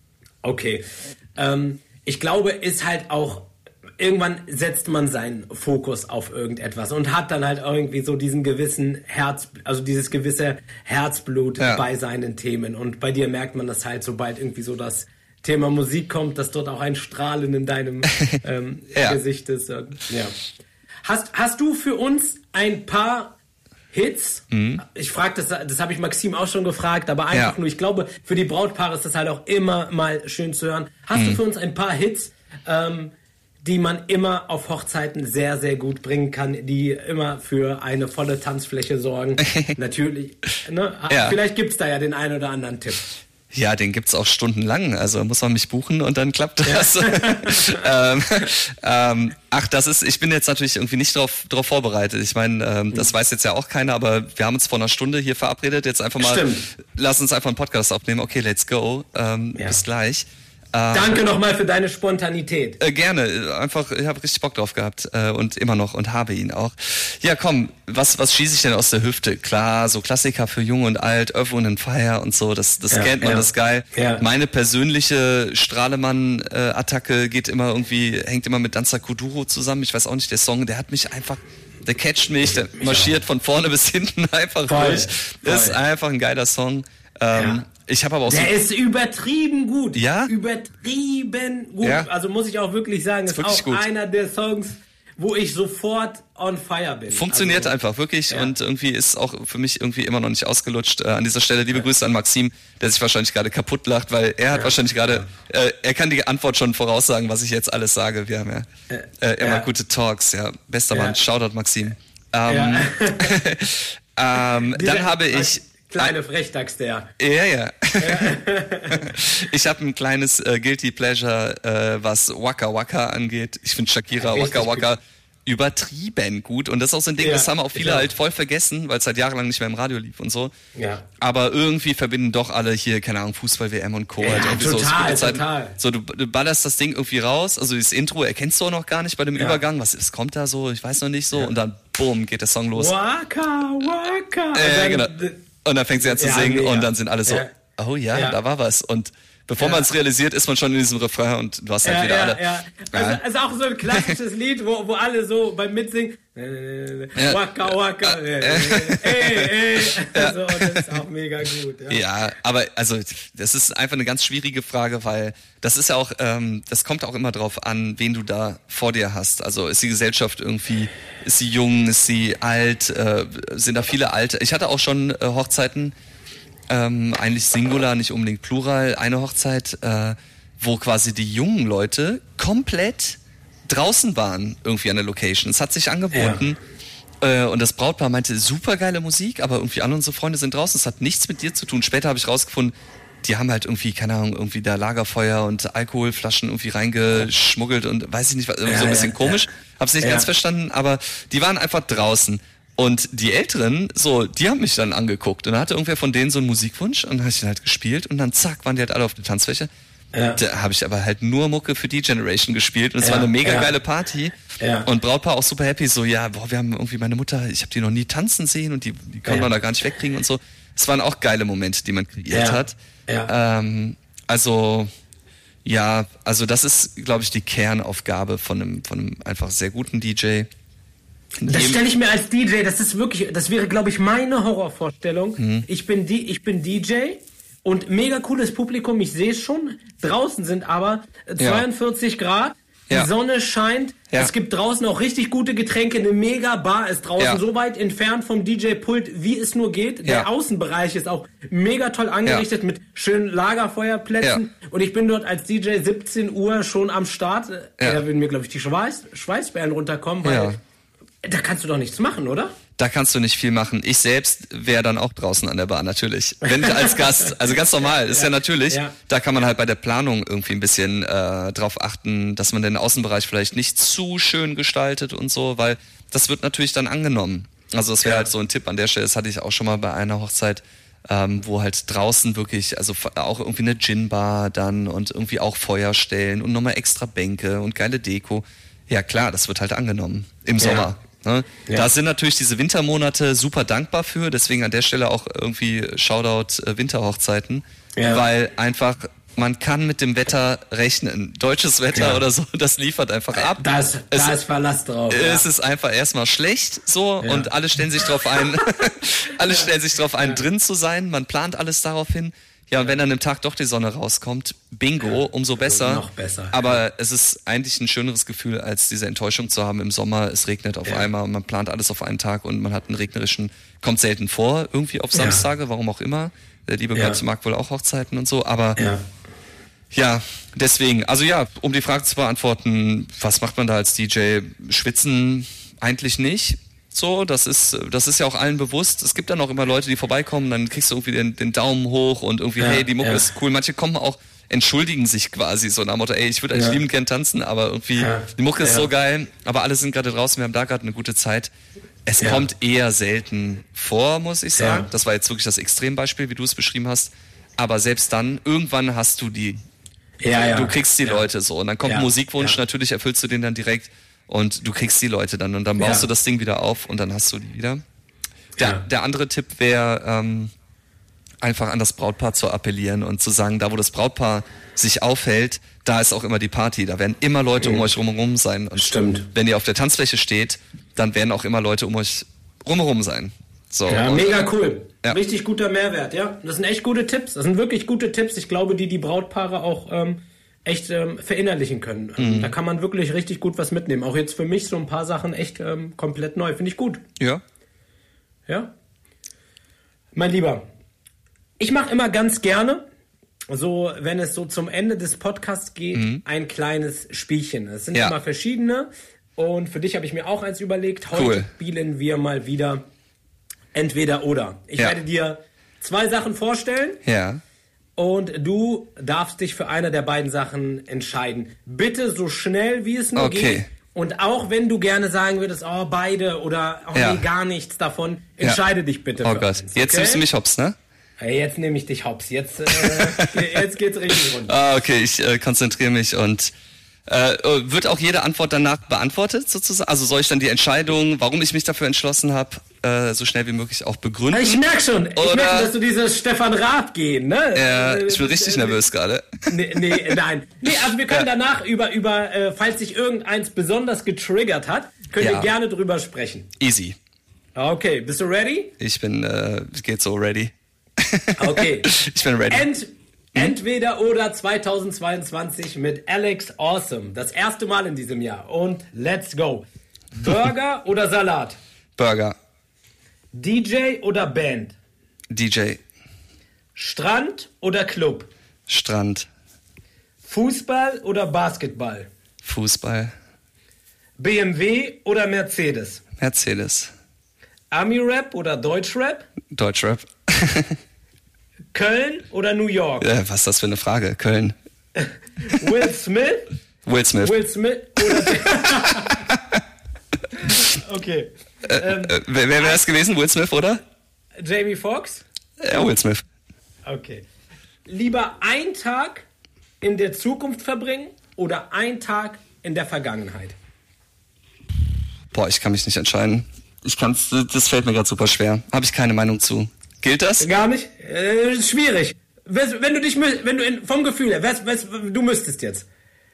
Okay. Ähm, ich glaube, ist halt auch, irgendwann setzt man seinen Fokus auf irgendetwas und hat dann halt irgendwie so diesen gewissen Herz, also dieses gewisse Herzblut ja. bei seinen Themen. Und bei dir merkt man das halt, sobald irgendwie so das Thema Musik kommt, dass dort auch ein Strahlen in deinem ähm, ja. Gesicht ist. Ja. Hast, hast du für uns ein paar Hits? Mhm. Ich frage das, das habe ich Maxim auch schon gefragt, aber einfach ja. nur, ich glaube, für die Brautpaare ist das halt auch immer mal schön zu hören. Hast mhm. du für uns ein paar Hits, ähm, die man immer auf Hochzeiten sehr, sehr gut bringen kann, die immer für eine volle Tanzfläche sorgen? Natürlich, ne? Ja. Vielleicht gibt's da ja den einen oder anderen Tipp. Ja, den gibt's auch stundenlang. Also muss man mich buchen und dann klappt das. Ja. ähm, ähm, ach, das ist, ich bin jetzt natürlich irgendwie nicht drauf, drauf vorbereitet. Ich meine, ähm, das weiß jetzt ja auch keiner, aber wir haben uns vor einer Stunde hier verabredet. Jetzt einfach mal, Stimmt. lass uns einfach einen Podcast aufnehmen. Okay, let's go. Ähm, ja. Bis gleich. Danke nochmal für deine Spontanität. Äh, gerne, einfach, ich habe richtig Bock drauf gehabt äh, und immer noch und habe ihn auch. Ja, komm, was was schieße ich denn aus der Hüfte? Klar, so Klassiker für Jung und Alt, Earth and Fire und so, das das ja, kennt man, ja. das ist geil. Ja. Meine persönliche Strahlemann-Attacke geht immer irgendwie, hängt immer mit Danza Kuduro zusammen. Ich weiß auch nicht, der Song, der hat mich einfach der catcht mich, der marschiert von vorne bis hinten einfach voll, durch. Voll. Ist einfach ein geiler Song. Ähm, ja. Ich habe aber auch der so ist übertrieben gut. Ja? Übertrieben gut. Ja. Also muss ich auch wirklich sagen, ist, ist wirklich auch gut. Einer der Songs, wo ich sofort on fire bin. Funktioniert also, einfach, wirklich. Ja. Und irgendwie ist auch für mich irgendwie immer noch nicht ausgelutscht. Äh, an dieser Stelle liebe ja. Grüße an Maxim, der sich wahrscheinlich gerade kaputt lacht, weil er hat ja. wahrscheinlich gerade, äh, er kann die Antwort schon voraussagen, was ich jetzt alles sage. Wir haben ja äh, immer ja. gute Talks. Ja, bester ja. Mann, Shoutout Maxim. Ähm, ja. ähm, dann habe ich... Kleine Frechdachs, der. Ja, ja. Ich habe ein kleines äh, Guilty Pleasure, äh, was Waka Waka angeht. Ich finde Shakira ja, Waka Waka gut. übertrieben gut. Und das ist auch so ein Ding, ja, das haben auch viele halt voll vergessen, weil es halt jahrelang nicht mehr im Radio lief und so. Ja. Aber irgendwie verbinden doch alle hier, keine Ahnung, Fußball-W M und Co. Ja, halt irgendwie total, so, total. So, du, du ballerst das Ding irgendwie raus. Also das Intro erkennst du auch noch gar nicht bei dem ja. Übergang. Was, was kommt da so? Ich weiß noch nicht so. Ja. Und dann, boom, geht der Song los. Waka Waka. Äh, genau. Und dann fängt sie an zu ja, singen nee, und dann sind alle so, ja. oh ja, ja, da war was. Und bevor ja. man es realisiert, ist man schon in diesem Refrain und du hast halt ja, wieder ja, alle. Ja. Also, also auch so ein klassisches Lied, wo, wo alle so beim Mitsingen ja. Waka Waka ey, ey. Ja. So, und das ist auch mega gut. Ja. ja, aber also das ist einfach eine ganz schwierige Frage, weil das ist ja auch, ähm, das kommt auch immer drauf an, wen du da vor dir hast. Also ist die Gesellschaft irgendwie, ist sie jung, ist sie alt, äh, sind da viele Alte. Ich hatte auch schon äh, Hochzeiten, ähm, eigentlich Singular, nicht unbedingt Plural, eine Hochzeit, äh, wo quasi die jungen Leute komplett draußen waren irgendwie an der Location. Es hat sich angeboten ja. äh, und das Brautpaar meinte, super geile Musik, aber irgendwie alle unsere Freunde sind draußen, es hat nichts mit dir zu tun. Später habe ich rausgefunden, die haben halt irgendwie, keine Ahnung, irgendwie da Lagerfeuer und Alkoholflaschen irgendwie reingeschmuggelt und weiß ich nicht, was, ja, so ein bisschen ja, komisch. Ja. Hab's nicht ja. ganz verstanden, aber die waren einfach draußen. Und die Älteren, so, die haben mich dann angeguckt und da hatte irgendwer von denen so einen Musikwunsch und dann habe ich den halt gespielt und dann zack, waren die halt alle auf der Tanzfläche. Ja. Da habe ich aber halt nur Mucke für die Generation gespielt und es ja, war eine mega ja. geile Party ja. und Brautpaar auch super happy, so ja, boah, wir haben irgendwie meine Mutter, ich habe die noch nie tanzen sehen und die, die konnte ja. man da gar nicht wegkriegen und so. Es waren auch geile Momente, die man kreiert ja. hat. Ja. Ähm, also ja, also das ist, glaube ich, die Kernaufgabe von einem, von einem einfach sehr guten D J. Das stelle ich mir als D J, das ist wirklich, das wäre, glaube ich, meine Horrorvorstellung. Mhm. Ich bin die, ich bin D J. Und mega cooles Publikum, ich sehe es schon. Draußen sind aber zweiundvierzig ja. Grad, die ja. Sonne scheint. Ja. Es gibt draußen auch richtig gute Getränke. Eine mega Bar ist draußen ja. so weit entfernt vom D J-Pult, wie es nur geht. Der ja. Außenbereich ist auch mega toll angerichtet ja. mit schönen Lagerfeuerplätzen. Ja. Und ich bin dort als D J siebzehn Uhr schon am Start. Ja. Da würden mir, glaube ich, die Schweiß, Schweißbären runterkommen, weil ja. da kannst du doch nichts machen, oder? Da kannst du nicht viel machen. Ich selbst wäre dann auch draußen an der Bar, natürlich. Wenn ich als Gast, also ganz normal, ist ja, ja natürlich, ja. da kann man halt bei der Planung irgendwie ein bisschen äh, drauf achten, dass man den Außenbereich vielleicht nicht zu schön gestaltet und so, weil das wird natürlich dann angenommen. Also das wäre ja. halt so ein Tipp an der Stelle, das hatte ich auch schon mal bei einer Hochzeit, ähm, wo halt draußen wirklich, also auch irgendwie eine Gin-Bar dann und irgendwie auch Feuerstellen und nochmal extra Bänke und geile Deko. Ja klar, das wird halt angenommen im ja. Sommer. Ne? Ja. Da sind natürlich diese Wintermonate super dankbar für, deswegen an der Stelle auch irgendwie Shoutout äh, Winterhochzeiten, ja. weil einfach man kann mit dem Wetter rechnen. Deutsches Wetter ja. oder so, das liefert einfach ab. Da ist, es, da ist Verlass drauf. Es ja. ist einfach erstmal schlecht so ja. und alle stellen sich drauf ein, alle stellen sich drauf ein, ja. drin zu sein. Man plant alles darauf hin. Ja, und wenn dann am Tag doch die Sonne rauskommt, bingo, umso besser. Also noch besser. Aber ja. es ist eigentlich ein schöneres Gefühl, als diese Enttäuschung zu haben im Sommer. Es regnet auf ja. einmal und man plant alles auf einen Tag und man hat einen regnerischen, kommt selten vor, irgendwie auf Samstage, ja. warum auch immer. Der liebe ja. Gott mag wohl auch Hochzeiten und so, aber ja. ja, deswegen, also ja, um die Frage zu beantworten, was macht man da als D J? Schwitzen eigentlich nicht. So, das ist, das ist ja auch allen bewusst. Es gibt dann auch immer Leute, die vorbeikommen, dann kriegst du irgendwie den, den Daumen hoch und irgendwie, ja, hey, die Mucke ja. ist cool. Manche kommen auch, entschuldigen sich quasi so nach dem Motto, ey, ich würde eigentlich ja. liebend gern tanzen, aber irgendwie, ja. die Mucke ist ja. so geil, aber alle sind gerade draußen, wir haben da gerade eine gute Zeit. Es ja. kommt eher selten vor, muss ich sagen. Ja. Das war jetzt wirklich das Extrembeispiel, wie du es beschrieben hast. Aber selbst dann, irgendwann hast du die, ja, ja. du kriegst die ja. Leute so. Und dann kommt ja. ein Musikwunsch, ja. natürlich erfüllst du den dann direkt. Und du kriegst die Leute dann und dann baust ja. du das Ding wieder auf und dann hast du die wieder. Der, ja. der andere Tipp wäre, ähm, einfach an das Brautpaar zu appellieren und zu sagen, da wo das Brautpaar sich aufhält, da ist auch immer die Party. Da werden immer Leute mhm. um euch rumherum sein. Und Stimmt. wenn ihr auf der Tanzfläche steht, dann werden auch immer Leute um euch rumherum sein. So, ja, und, mega cool. Ja. Richtig guter Mehrwert, ja. Das sind echt gute Tipps. Das sind wirklich gute Tipps. Ich glaube, die die Brautpaare auch ähm, echt ähm, verinnerlichen können. Mhm. Da kann man wirklich richtig gut was mitnehmen. Auch jetzt für mich so ein paar Sachen echt ähm, komplett neu. Finde ich gut. Ja. Ja. Mein Lieber, ich mache immer ganz gerne, so wenn es so zum Ende des Podcasts geht, mhm. ein kleines Spielchen. Es sind ja. immer verschiedene. Und für dich habe ich mir auch eins überlegt. Heute cool. spielen wir mal wieder entweder oder. Ich ja. werde dir zwei Sachen vorstellen. Ja. Und du darfst dich für eine der beiden Sachen entscheiden. Bitte so schnell, wie es nur okay. geht. Und auch wenn du gerne sagen würdest, oh, beide oder oh, ja. nee, gar nichts davon, entscheide ja. dich bitte oh für Gott. eins, Jetzt okay? nimmst du mich hops, ne? Hey, jetzt nehme ich dich hops. Jetzt, äh, jetzt geht's richtig runter. Ah, okay, ich äh, konzentriere mich und äh, wird auch jede Antwort danach beantwortet sozusagen? Also soll ich dann die Entscheidung, warum ich mich dafür entschlossen habe, äh, so schnell wie möglich auch begründen? Ich merke schon, ich Oder? merke, dass du dieses Stefan Raab gehen, ne? Ja, ich bin richtig nervös gerade. Nee, nee, nein. Nee, also wir können ja. danach über, über äh, falls sich irgendeins besonders getriggert hat, können ja. wir gerne drüber sprechen. Easy. Okay, bist du ready? Ich bin, äh, geht so ready. Okay. Ich bin ready. Ent, entweder oder zweitausendzweiundzwanzig mit Alex Awesome. Das erste Mal in diesem Jahr. Und let's go. Burger oder Salat? Burger. D J oder Band? D J. Strand oder Club? Strand. Fußball oder Basketball? Fußball. B M W oder Mercedes? Mercedes. Ami-Rap oder Deutschrap? Deutschrap. Köln oder New York? Ja, was ist das für eine Frage? Köln. Will Smith? Will Smith. Will Smith oder... Okay. Äh, ähm, äh, wer wäre das gewesen? Will Smith, oder? Jamie Foxx? Ja, Will Smith. Okay. Lieber ein Tag in der Zukunft verbringen oder ein Tag in der Vergangenheit? Boah, ich kann mich nicht entscheiden. Ich kann's, das fällt mir gerade super schwer. Habe ich keine Meinung zu. Gilt das? Gar nicht? Äh, schwierig. Wenn du dich, wenn du in, vom Gefühl her, was, was, du müsstest jetzt.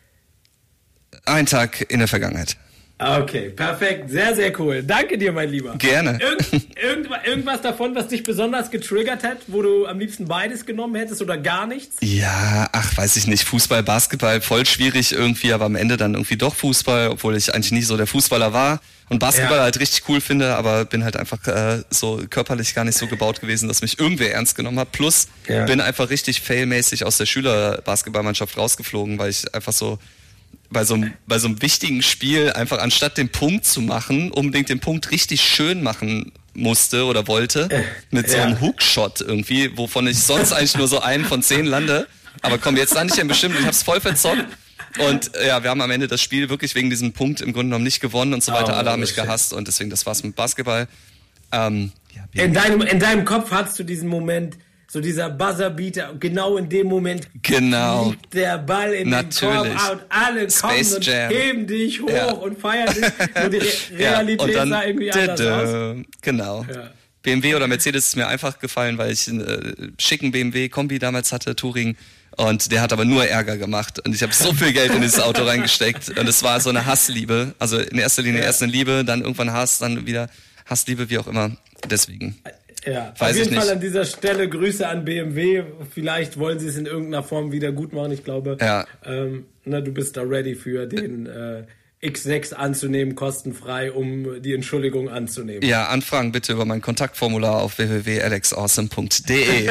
Ein Tag in der Vergangenheit. Okay, perfekt. Sehr, sehr cool. Danke dir, mein Lieber. Gerne. Irgend, irgend, irgendwas davon, was dich besonders getriggert hat, wo du am liebsten beides genommen hättest oder gar nichts? Ja, ach, weiß ich nicht. Fußball, Basketball, voll schwierig irgendwie, aber am Ende dann irgendwie doch Fußball, obwohl ich eigentlich nie so der Fußballer war. Und Basketball ja. halt richtig cool finde, aber bin halt einfach äh, so körperlich gar nicht so gebaut gewesen, dass mich irgendwer ernst genommen hat. Plus ja. bin einfach richtig failmäßig aus der Schülerbasketballmannschaft rausgeflogen, weil ich einfach so bei so, einem, bei so einem wichtigen Spiel einfach anstatt den Punkt zu machen, unbedingt den Punkt richtig schön machen musste oder wollte, mit so einem ja. Hookshot irgendwie, wovon ich sonst eigentlich nur so einen von zehn lande. Aber komm, jetzt lande ich ja bestimmt, ich hab's voll verzockt. Und ja, wir haben am Ende das Spiel wirklich wegen diesem Punkt im Grunde genommen nicht gewonnen und so weiter. Oh, Alle haben mich shit. gehasst und deswegen, das war's mit Basketball. Ähm, ja, in, deinem, in deinem Kopf hattest du diesen Moment, so dieser Buzzerbeater, genau in dem Moment genau. fliegt der Ball in Natürlich. den Korb und alle Space kommen und Jam. heben dich hoch ja. und feiern dich. Und die Re Realität ja, und dann, sah irgendwie anders aus. Genau. Ja. B M W oder Mercedes ist mir einfach gefallen, weil ich einen äh, schicken B M W-Kombi damals hatte, Touring. Und der hat aber nur Ärger gemacht. Und ich habe so viel Geld in dieses Auto reingesteckt. Und es war so eine Hassliebe. Also in erster Linie ja. erst eine Liebe, dann irgendwann Hass, dann wieder Hassliebe, wie auch immer. Deswegen. Ja, Weiß auf jeden ich Fall nicht. an dieser Stelle Grüße an B M W. Vielleicht wollen sie es in irgendeiner Form wieder gut machen. Ich glaube, ja. ähm, na, du bist da ready für den äh, X sechs anzunehmen, kostenfrei, um die Entschuldigung anzunehmen. Ja, Anfragen bitte über mein Kontaktformular auf w w w punkt alex awesome punkt d e.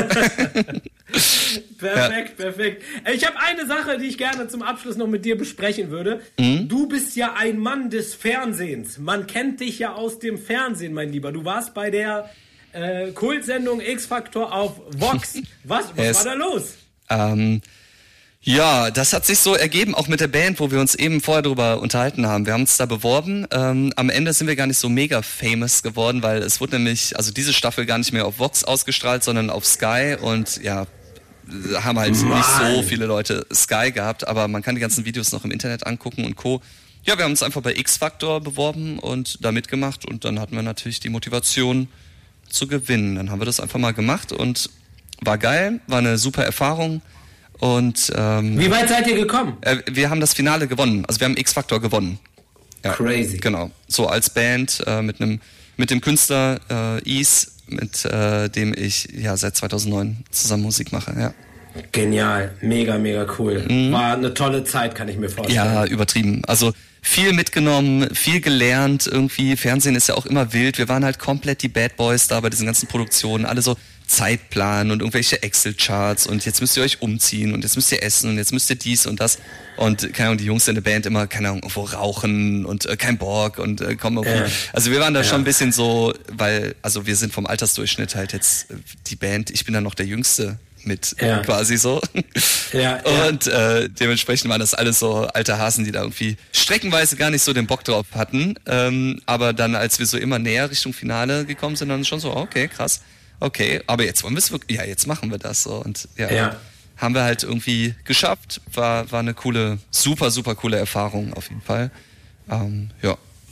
Perfekt, ja. perfekt. Ich habe eine Sache, die ich gerne zum Abschluss noch mit dir besprechen würde. Mhm. Du bist ja ein Mann des Fernsehens. Man kennt dich ja aus dem Fernsehen, mein Lieber. Du warst bei der äh, Kultsendung X-Factor auf Vox. Was, was yes. war da los? Ähm, ja, das hat sich so ergeben, auch mit der Band, wo wir uns eben vorher drüber unterhalten haben. Wir haben uns da beworben. Ähm, am Ende sind wir gar nicht so mega famous geworden, weil es wurde nämlich, also diese Staffel gar nicht mehr auf Vox ausgestrahlt, sondern auf Sky und ja, haben halt Mann. nicht so viele Leute Sky gehabt, aber man kann die ganzen Videos noch im Internet angucken und Co. Ja, wir haben uns einfach bei X-Factor beworben und da mitgemacht und dann hatten wir natürlich die Motivation zu gewinnen. Dann haben wir das einfach mal gemacht und war geil, war eine super Erfahrung. Und ähm, wie weit seid ihr gekommen? Äh, wir haben das Finale gewonnen. Also wir haben X-Factor gewonnen. Ja, crazy. Genau. So als Band äh, mit einem mit dem Künstler äh, Ease, mit äh, dem ich ja seit zweitausendneun zusammen Musik mache. Ja. Genial, mega, mega cool. Mhm. War eine tolle Zeit, kann ich mir vorstellen. Ja, übertrieben. Also viel mitgenommen, viel gelernt irgendwie. Fernsehen ist ja auch immer wild. Wir waren halt komplett die Bad Boys da bei diesen ganzen Produktionen. Alle so Zeitplan und irgendwelche Excel-Charts und jetzt müsst ihr euch umziehen und jetzt müsst ihr essen und jetzt müsst ihr dies und das. Und keine Ahnung, die Jungs in der Band immer, keine Ahnung, irgendwo rauchen und äh, kein Bock und äh, kommen irgendwie. Ja. Also wir waren da ja. schon ein bisschen so, weil, also wir sind vom Altersdurchschnitt halt jetzt äh, die Band, ich bin dann noch der Jüngste mit ja. quasi so. Ja, und ja. Äh, dementsprechend waren das alles so alte Hasen, die da irgendwie streckenweise gar nicht so den Bock drauf hatten. Ähm, aber dann, als wir so immer näher Richtung Finale gekommen sind, dann schon so, okay, krass. Okay, aber jetzt wollen wir es wirklich, ja, jetzt machen wir das so und ja, ja, haben wir halt irgendwie geschafft. War war eine coole, super, super coole Erfahrung auf jeden Fall. Ähm, ja.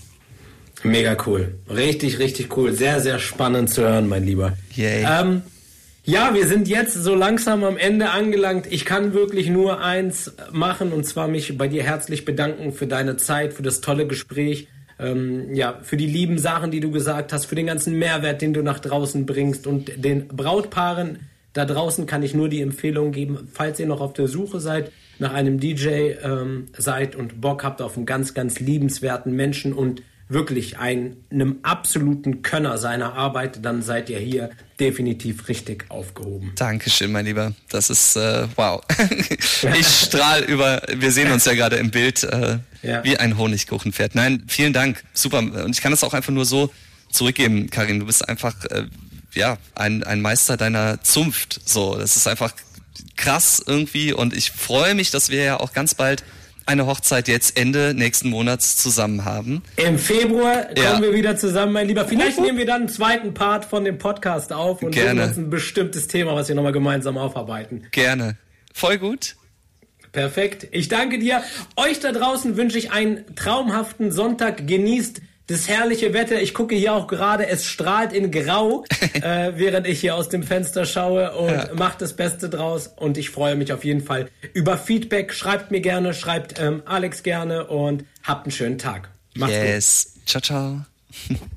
Mega cool. Richtig, richtig cool. Sehr, sehr spannend zu hören, mein Lieber. Yay. Ähm, ja, wir sind jetzt so langsam am Ende angelangt. Ich kann wirklich nur eins machen und zwar mich bei dir herzlich bedanken für deine Zeit, für das tolle Gespräch. Ähm, ja, für die lieben Sachen, die du gesagt hast, für den ganzen Mehrwert, den du nach draußen bringst und den Brautpaaren da draußen kann ich nur die Empfehlung geben, falls ihr noch auf der Suche seid, nach einem D J ähm, seid und Bock habt auf einen ganz, ganz liebenswerten Menschen und wirklich einen, einem absoluten Könner seiner Arbeit, dann seid ihr hier definitiv richtig aufgehoben. Dankeschön, mein Lieber. Das ist, äh, wow. Ich strahl über, wir sehen uns ja gerade im Bild, äh, ja. wie ein Honigkuchenpferd. Nein, vielen Dank. Super. Und ich kann das auch einfach nur so zurückgeben, Karin. Du bist einfach, äh, ja, ein, ein Meister deiner Zunft. So, das ist einfach krass irgendwie und ich freue mich, dass wir ja auch ganz bald eine Hochzeit jetzt Ende nächsten Monats zusammen haben. Im Februar kommen ja. wir wieder zusammen, mein Lieber. Vielleicht nehmen wir dann einen zweiten Part von dem Podcast auf und Gerne. uns ein bestimmtes Thema, was wir nochmal gemeinsam aufarbeiten. Gerne. Voll gut. Perfekt. Ich danke dir. Euch da draußen wünsche ich einen traumhaften Sonntag. Genießt das herrliche Wetter. Ich gucke hier auch gerade, es strahlt in Grau, äh, während ich hier aus dem Fenster schaue und ja. macht das Beste draus. Und ich freue mich auf jeden Fall über Feedback. Schreibt mir gerne, schreibt ähm, Alex gerne und habt einen schönen Tag. Macht's yes. gut. Ciao, ciao.